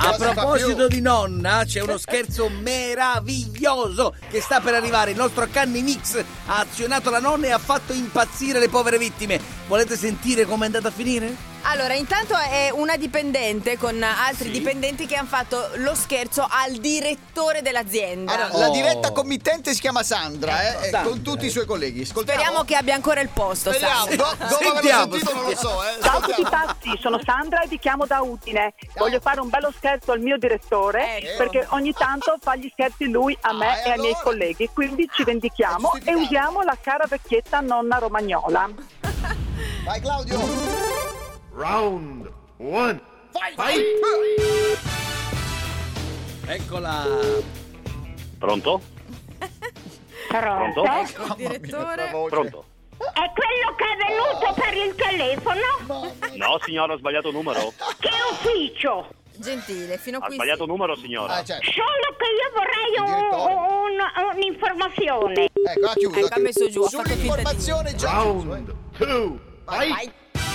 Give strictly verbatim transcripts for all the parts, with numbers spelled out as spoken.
A proposito di nonna, c'è uno scherzo meraviglioso che sta per arrivare. Il nostro Canny Mix ha azionato la nonna e ha fatto impazzire le povere vittime. Volete sentire com'è andata a finire? Allora, intanto è una dipendente con altri sì. dipendenti che hanno fatto lo scherzo al direttore dell'azienda. Allora, oh. La diretta committente si chiama Sandra, eh, Sandra. con tutti i suoi colleghi. Ascoltiamo. Speriamo che abbia ancora il posto. Speriamo, do, dopo averlo sentito non lo so. Eh. Ciao a tutti pazzi, sono Sandra e vi chiamo da Udine. Voglio fare un bello scherzo al mio direttore, ecco. perché ogni tanto fa gli scherzi lui a me ah, e, e ai miei colleghi. Quindi ci vendichiamo e usiamo la cara vecchietta nonna romagnola. Vai Claudio. Round one. Vai, vai. Eccola. Pronto? Pronto? Ecco il direttore. Pronto? È quello che è venuto per il telefono? No, signora, ho sbagliato numero. Che ufficio? Gentile, fino a Ha qui. sbagliato sì. numero, signora. Ah, certo. Solo che io vorrei un- direttore. un- un'informazione. Ecco, ha chiuso. Ecco, ha messo giù, ha fatto finta di Sull'informazione già chiuso, eh. Round two. Vai. Vai.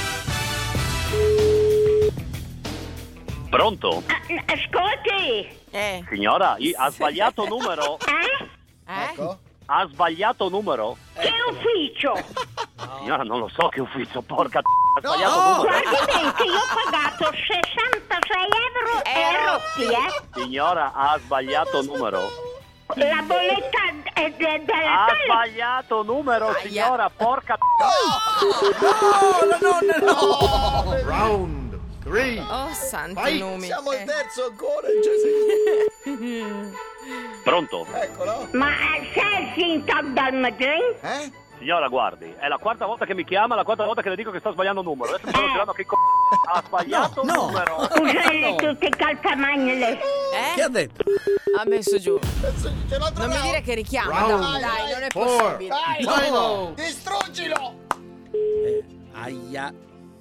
Pronto? Ah, ascolti, Eh. Signora, i- ha sbagliato numero? eh? Eh? Ecco. Ha sbagliato numero? Che ufficio? Signora, non lo so che ufficio, porca t***a, ha sbagliato No! numero. Guardi bene che io ho pagato sessantasei euro e Eh, rotti, eh? Signora, ha sbagliato numero. La bolletta è de- della Ha tele. sbagliato numero, Aia. signora, porca t***a. No, la nonna no. Round three. Oh, santi Vai. numi. Siamo al Eh. terzo ancora. Gesù. Pronto? Eccolo. Ma sei il sintoc dal Madrid? Eh? Signora, guardi, è la quarta volta che mi chiama, la quarta volta che le dico che sta sbagliando numero. Adesso mi stanno girando che c***o ha sbagliato No, no. numero. Usare tutte calcamagne. Eh? Che ha detto? Ha messo giù. Adesso ce l'ho Non trovato. mi dire che richiama. Round Dai, dai, non è four. possibile. Vai, Final. distruggilo. Eh, aia.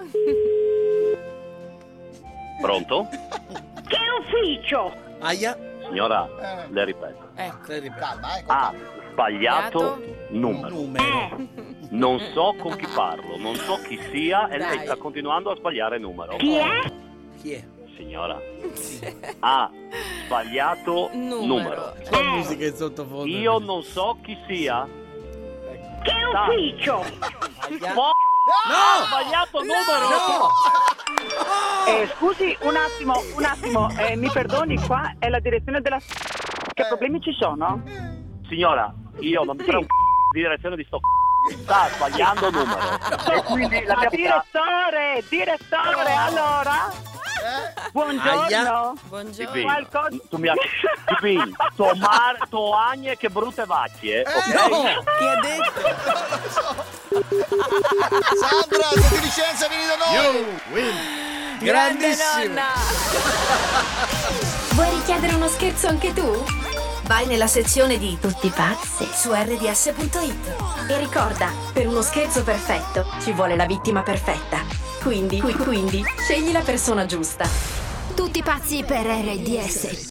Pronto? Che ufficio? Aia. Signora, Eh. le ripeto. Ecco. Stai ripetendo. Calma, eh. Ha calma. sbagliato Sbagliato. numero. Numero. Eh, Non so con chi parlo, non so chi sia e lei Dai. sta continuando a sbagliare numero. chi è? Chi è? Signora, ha sbagliato Numero. numero. La Eh. musica in sottofondo. Io non so chi sia. Che ufficio? Aia. Po- No! Ha sbagliato numero. No! Eh, scusi, un attimo, un attimo, eh, mi perdoni, qua è la direzione della... Che problemi ci sono? Signora, io non mi farò un c***o di direzione di sto c***o. Sta sbagliando numero. E quindi la Ma mia direttore, direttore, allora? Buongiorno. Aia. Buongiorno. Tipi, Qualcosa- tu mi ha... Tipi, to, mar, to agne che brutte vacche, ok? No! Chi ha detto? Sandra, se ti licenza vieni da noi. You win. Grande Grandissimo. nonna. Vuoi richiedere uno scherzo anche tu? Vai nella sezione di Tutti pazzi su erre di esse punto it e ricorda, per uno scherzo perfetto ci vuole la vittima perfetta. Quindi, qui- quindi, scegli la persona giusta. Tutti pazzi per erre di esse.